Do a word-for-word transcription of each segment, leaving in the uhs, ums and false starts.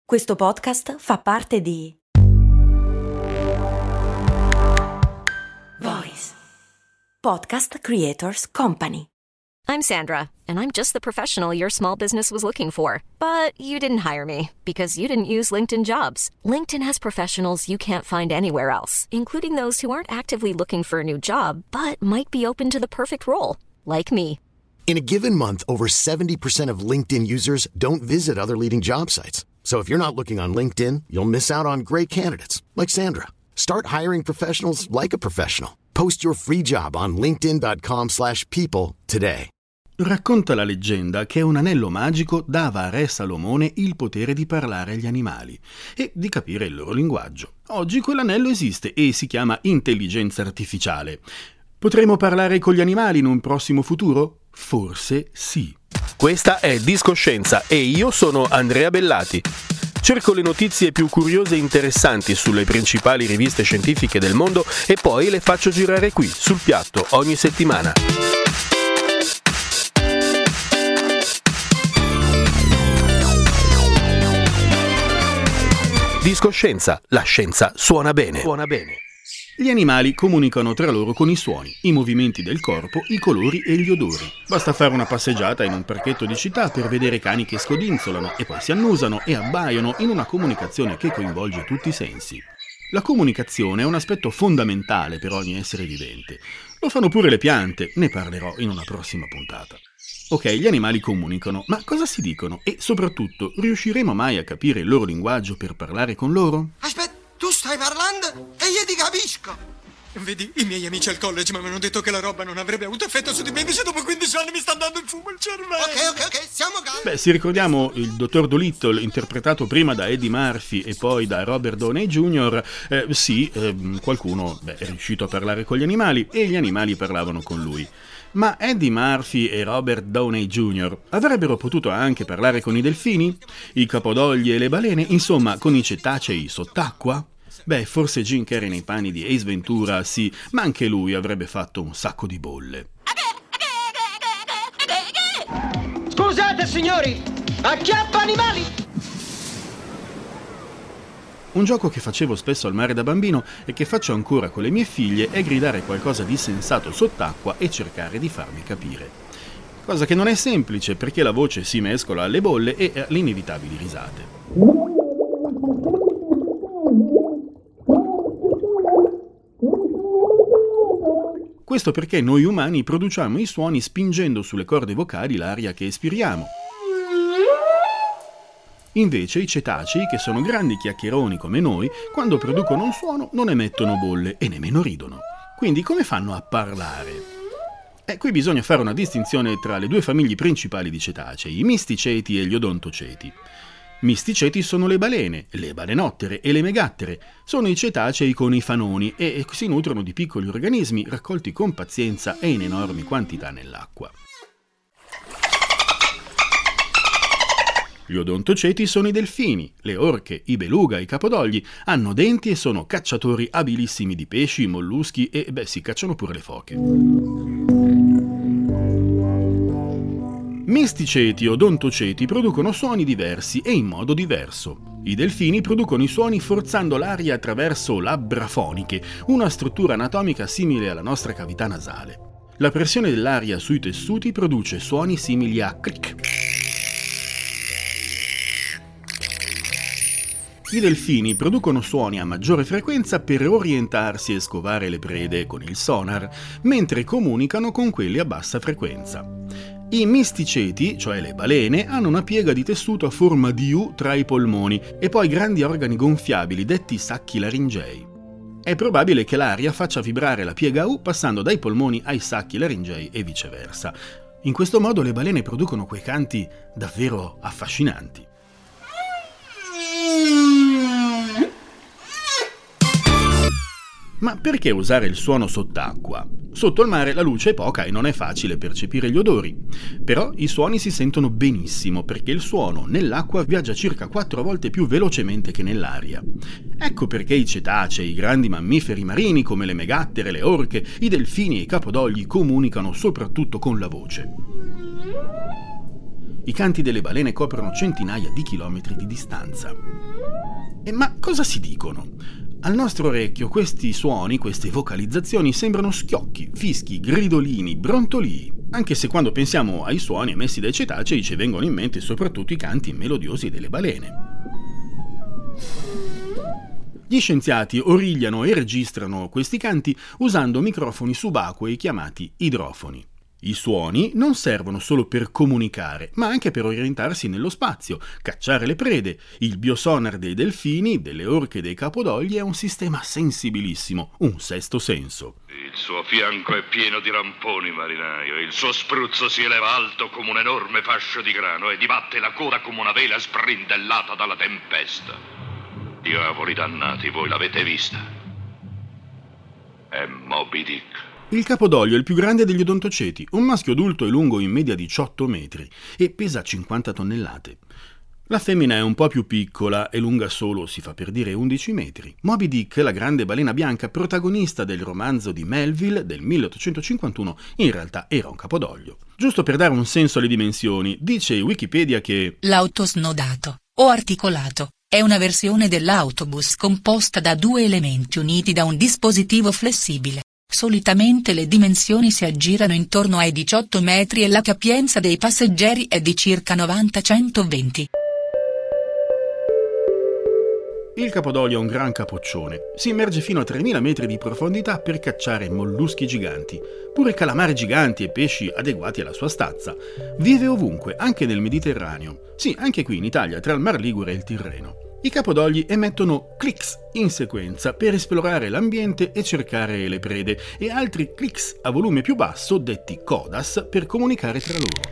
Questo podcast fa parte di Voice Podcast Creators Company. I'm Sandra, and I'm just the professional your small business was looking for. But you didn't hire me because you didn't use LinkedIn Jobs. LinkedIn has professionals you can't find anywhere else, including those who aren't actively looking for a new job, but might be open to the perfect role, like me. In a given month, over seventy percent of LinkedIn users don't visit other leading job sites. So if you're not looking on LinkedIn, you'll miss out on great candidates like Sandra. Start hiring professionals like a professional. Post your free job on linkedin.com slash people today. Racconta la leggenda che un anello magico dava a Re Salomone il potere di parlare agli animali e di capire il loro linguaggio. Oggi quell'anello esiste e si chiama intelligenza artificiale. Potremo parlare con gli animali in un prossimo futuro? Forse sì. Questa è Discoscienza e io sono Andrea Bellati. Cerco le notizie più curiose e interessanti sulle principali riviste scientifiche del mondo e poi le faccio girare qui, sul piatto, ogni settimana. Discoscienza, la scienza suona bene. Suona bene. Gli animali comunicano tra loro con i suoni, i movimenti del corpo, i colori e gli odori. Basta fare una passeggiata in un parchetto di città per vedere cani che scodinzolano e poi si annusano e abbaiano in una comunicazione che coinvolge tutti i sensi. La comunicazione è un aspetto fondamentale per ogni essere vivente. Lo fanno pure le piante, ne parlerò in una prossima puntata. Ok, gli animali comunicano, ma cosa si dicono? E soprattutto, riusciremo mai a capire il loro linguaggio per parlare con loro? Aspetta, tu stai parlando e io ti capisco. Vedi, i miei amici al college mi hanno detto che la roba non avrebbe avuto effetto su di me, invece dopo quindici anni mi sta andando in fumo il cervello. Ok, ok, ok, siamo calmi. Beh, si ricordiamo il dottor Dolittle, interpretato prima da Eddie Murphy e poi da Robert Downey junior Eh, sì, eh, qualcuno beh, è riuscito a parlare con gli animali e gli animali parlavano con lui. Ma Eddie Murphy e Robert Downey junior avrebbero potuto anche parlare con i delfini, i capodogli e le balene, insomma con i cetacei sott'acqua? Beh, forse Jim Carrey nei panni di Ace Ventura sì, ma anche lui avrebbe fatto un sacco di bolle. Scusate signori, acchiappa animali! Un gioco che facevo spesso al mare da bambino e che faccio ancora con le mie figlie è gridare qualcosa di sensato sott'acqua e cercare di farmi capire. Cosa che non è semplice perché la voce si mescola alle bolle e alle inevitabili risate. Questo perché noi umani produciamo i suoni spingendo sulle corde vocali l'aria che espiriamo. Invece i cetacei, che sono grandi chiacchieroni come noi, quando producono un suono non emettono bolle e nemmeno ridono. Quindi come fanno a parlare? E qui bisogna fare una distinzione tra le due famiglie principali di cetacei, i misticeti e gli odontoceti. Misticeti sono le balene, le balenottere e le megattere. Sono i cetacei con i fanoni e si nutrono di piccoli organismi raccolti con pazienza e in enormi quantità nell'acqua. Gli odontoceti sono i delfini, le orche, i beluga, i capodogli, hanno denti e sono cacciatori abilissimi di pesci, molluschi e, beh, si cacciano pure le foche. Misticeti e odontoceti producono suoni diversi e in modo diverso. I delfini producono i suoni forzando l'aria attraverso labbra foniche, una struttura anatomica simile alla nostra cavità nasale. La pressione dell'aria sui tessuti produce suoni simili a click. I delfini producono suoni a maggiore frequenza per orientarsi e scovare le prede con il sonar, mentre comunicano con quelli a bassa frequenza. I misticeti, cioè le balene, hanno una piega di tessuto a forma di U tra i polmoni e poi grandi organi gonfiabili detti sacchi laringei. È probabile che l'aria faccia vibrare la piega U passando dai polmoni ai sacchi laringei e viceversa. In questo modo le balene producono quei canti davvero affascinanti. Ma perché usare il suono sott'acqua? Sotto il mare la luce è poca e non è facile percepire gli odori. Però i suoni si sentono benissimo perché il suono nell'acqua viaggia circa quattro volte più velocemente che nell'aria. Ecco perché i cetacei, i grandi mammiferi marini come le megattere, le orche, i delfini e i capodogli comunicano soprattutto con la voce. I canti delle balene coprono centinaia di chilometri di distanza. E ma cosa si dicono? Al nostro orecchio questi suoni, queste vocalizzazioni sembrano schiocchi, fischi, gridolini, brontolii, anche se quando pensiamo ai suoni emessi dai cetacei ci vengono in mente soprattutto i canti melodiosi delle balene. Gli scienziati origliano e registrano questi canti usando microfoni subacquei chiamati idrofoni. I suoni non servono solo per comunicare, ma anche per orientarsi nello spazio, cacciare le prede. Il biosonar dei delfini, delle orche e dei capodogli è un sistema sensibilissimo, un sesto senso. Il suo fianco è pieno di ramponi, marinaio, il suo spruzzo si eleva alto come un enorme fascio di grano e dibatte la coda come una vela sbrindellata dalla tempesta. Diavoli dannati, voi l'avete vista? È Moby Dick. Il capodoglio è il più grande degli odontoceti, un maschio adulto è lungo in media diciotto metri e pesa cinquanta tonnellate. La femmina è un po' più piccola e lunga solo, si fa per dire, undici metri. Moby Dick, la grande balena bianca protagonista del romanzo di Melville del milleottocentocinquantuno, in realtà era un capodoglio. Giusto per dare un senso alle dimensioni, dice Wikipedia che l'autosnodato o articolato è una versione dell'autobus composta da due elementi uniti da un dispositivo flessibile. Solitamente le dimensioni si aggirano intorno ai diciotto metri e la capienza dei passeggeri è di circa novanta centoventi. Il capodoglio è un gran capoccione. Si immerge fino a tremila metri di profondità per cacciare molluschi giganti, pure calamari giganti e pesci adeguati alla sua stazza. Vive ovunque, anche nel Mediterraneo. Sì, anche qui in Italia, tra il Mar Ligure e il Tirreno. I capodogli emettono clicks in sequenza per esplorare l'ambiente e cercare le prede e altri clicks a volume più basso, detti codas, per comunicare tra loro.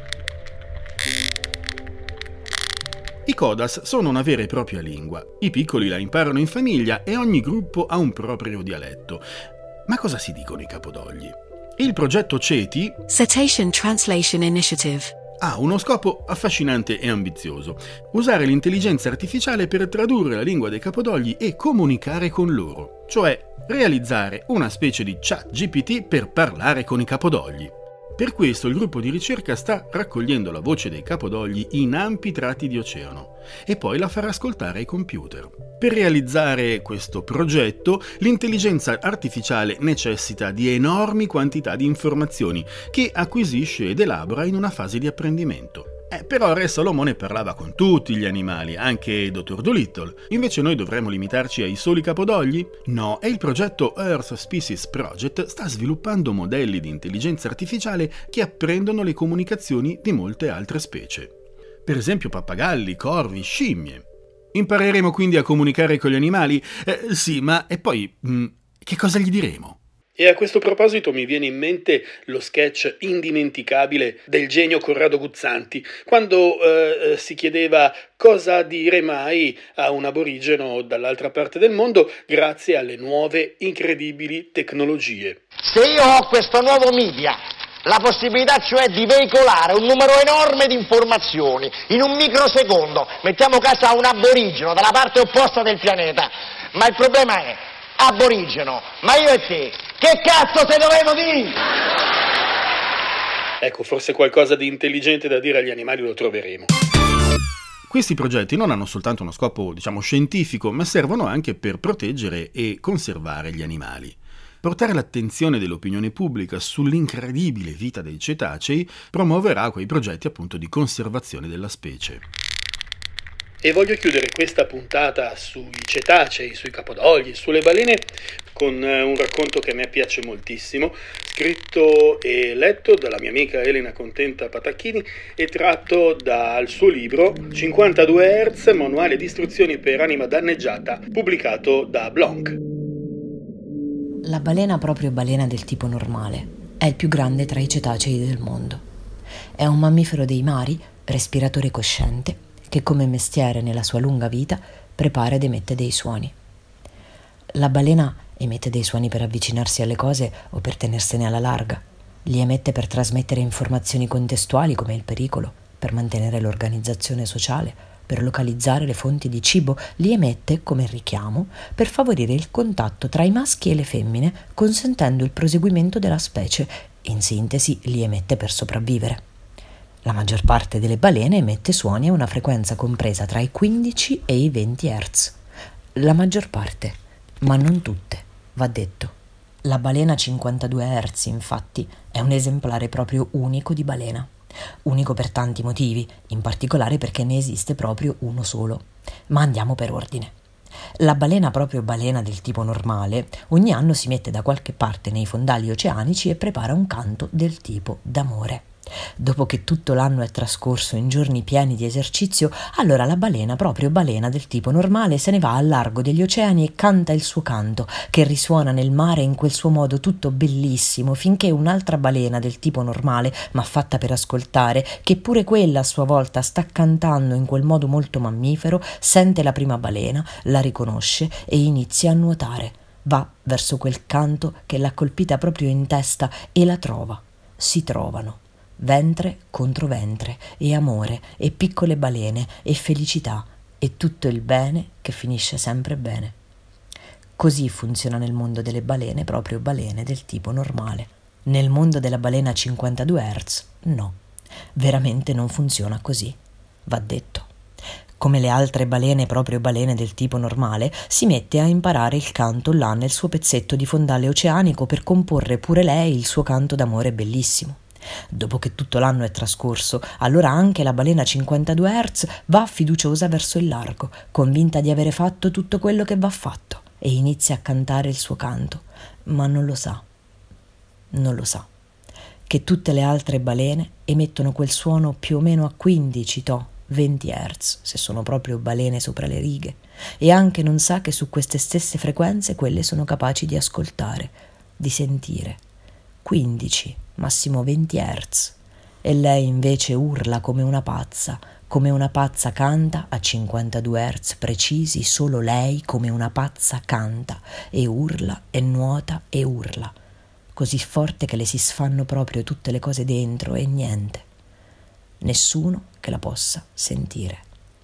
I codas sono una vera e propria lingua. I piccoli la imparano in famiglia e ogni gruppo ha un proprio dialetto. Ma cosa si dicono i capodogli? Il progetto CETI, Cetacean Translation Initiative, ha uno scopo affascinante e ambizioso: usare l'intelligenza artificiale per tradurre la lingua dei capodogli e comunicare con loro, cioè realizzare una specie di chat G P T per parlare con i capodogli. Per questo il gruppo di ricerca sta raccogliendo la voce dei capodogli in ampi tratti di oceano e poi la farà ascoltare ai computer. Per realizzare questo progetto, l'intelligenza artificiale necessita di enormi quantità di informazioni che acquisisce ed elabora in una fase di apprendimento. Eh, però Re Salomone parlava con tutti gli animali, anche dottor Dolittle. Invece noi dovremmo limitarci ai soli capodogli? No, e il progetto Earth Species Project sta sviluppando modelli di intelligenza artificiale che apprendono le comunicazioni di molte altre specie. Per esempio pappagalli, corvi, scimmie. Impareremo quindi a comunicare con gli animali? Eh, sì, ma e poi mh, che cosa gli diremo? E a questo proposito mi viene in mente lo sketch indimenticabile del genio Corrado Guzzanti, quando eh, si chiedeva cosa dire mai a un aborigeno dall'altra parte del mondo grazie alle nuove incredibili tecnologie. Se io ho questo nuovo media, la possibilità cioè di veicolare un numero enorme di informazioni in un microsecondo, mettiamo caso a un aborigeno dalla parte opposta del pianeta, ma il problema è, aborigeno, ma io e te, che cazzo se dovevo dire? Ecco, forse qualcosa di intelligente da dire agli animali lo troveremo. Questi progetti non hanno soltanto uno scopo, diciamo, scientifico, ma servono anche per proteggere e conservare gli animali. Portare l'attenzione dell'opinione pubblica sull'incredibile vita dei cetacei promuoverà quei progetti appunto di conservazione della specie. E voglio chiudere questa puntata sui cetacei, sui capodogli, sulle balene con un racconto che a me piace moltissimo, scritto e letto dalla mia amica Elena Contenta Patacchini e tratto dal suo libro cinquantadue hertz, manuale di istruzioni per anima danneggiata, pubblicato da Blanc. La balena, proprio balena del tipo normale, è il più grande tra i cetacei del mondo. È un mammifero dei mari, respiratore cosciente, che come mestiere nella sua lunga vita prepara ed emette dei suoni. La balena emette dei suoni per avvicinarsi alle cose o per tenersene alla larga. Li emette per trasmettere informazioni contestuali come il pericolo, per mantenere l'organizzazione sociale, per localizzare le fonti di cibo. Li emette come richiamo per favorire il contatto tra i maschi e le femmine, consentendo il proseguimento della specie. In sintesi, li emette per sopravvivere. La maggior parte delle balene emette suoni a una frequenza compresa tra i quindici e i venti hertz. La maggior parte, ma non tutte, va detto. La balena cinquantadue hertz, infatti, è un esemplare proprio unico di balena. Unico per tanti motivi, in particolare perché ne esiste proprio uno solo. Ma andiamo per ordine. La balena proprio balena del tipo normale ogni anno si mette da qualche parte nei fondali oceanici e prepara un canto del tipo d'amore. Dopo che tutto l'anno è trascorso in giorni pieni di esercizio, allora la balena, proprio balena del tipo normale, se ne va al largo degli oceani e canta il suo canto, che risuona nel mare in quel suo modo tutto bellissimo, finché un'altra balena del tipo normale, ma fatta per ascoltare, che pure quella a sua volta sta cantando in quel modo molto mammifero, sente la prima balena, la riconosce e inizia a nuotare. Va verso quel canto che l'ha colpita proprio in testa e la trova. Si trovano. Ventre contro ventre, e amore, e piccole balene, e felicità, e tutto il bene che finisce sempre bene. Così funziona nel mondo delle balene, proprio balene del tipo normale. Nel mondo della balena cinquantadue hertz, no. Veramente non funziona così, va detto. Come le altre balene, proprio balene del tipo normale, si mette a imparare il canto là nel suo pezzetto di fondale oceanico per comporre pure lei il suo canto d'amore bellissimo. Dopo che tutto l'anno è trascorso, allora anche la balena cinquantadue hertz va fiduciosa verso il largo, convinta di avere fatto tutto quello che va fatto, e inizia a cantare il suo canto, ma non lo sa, non lo sa, che tutte le altre balene emettono quel suono più o meno a quindici to venti hertz, se sono proprio balene sopra le righe, e anche non sa che su queste stesse frequenze quelle sono capaci di ascoltare, di sentire. quindici, massimo venti hertz, e lei invece urla come una pazza, come una pazza canta a cinquantadue hertz precisi, solo lei come una pazza canta e urla e nuota e urla, così forte che le si sfanno proprio tutte le cose dentro e niente, nessuno che la possa sentire.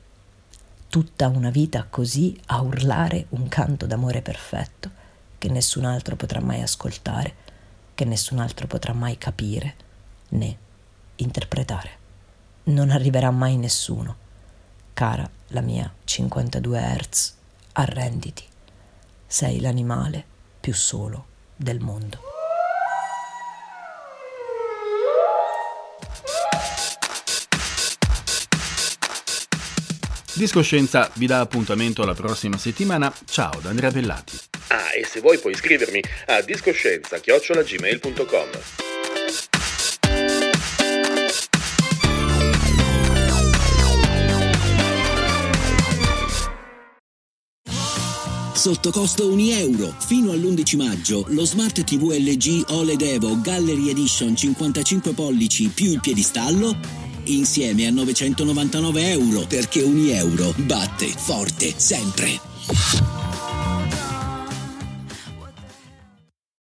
Tutta una vita così a urlare un canto d'amore perfetto che nessun altro potrà mai ascoltare, che nessun altro potrà mai capire né interpretare. Non arriverà mai nessuno. Cara la mia cinquantadue hertz, arrenditi. Sei l'animale più solo del mondo. Discoscienza vi dà appuntamento alla prossima settimana. Ciao da Andrea Bellati. Ah, e se vuoi puoi iscrivermi a discoscienza chiocciola gmail punto com. Sotto costo un euro. Fino all'undici maggio lo Smart tivù L G O L E D Evo Gallery Edition cinquantacinque pollici più il piedistallo insieme a novecentonovantanove euro, perché un euro batte forte sempre.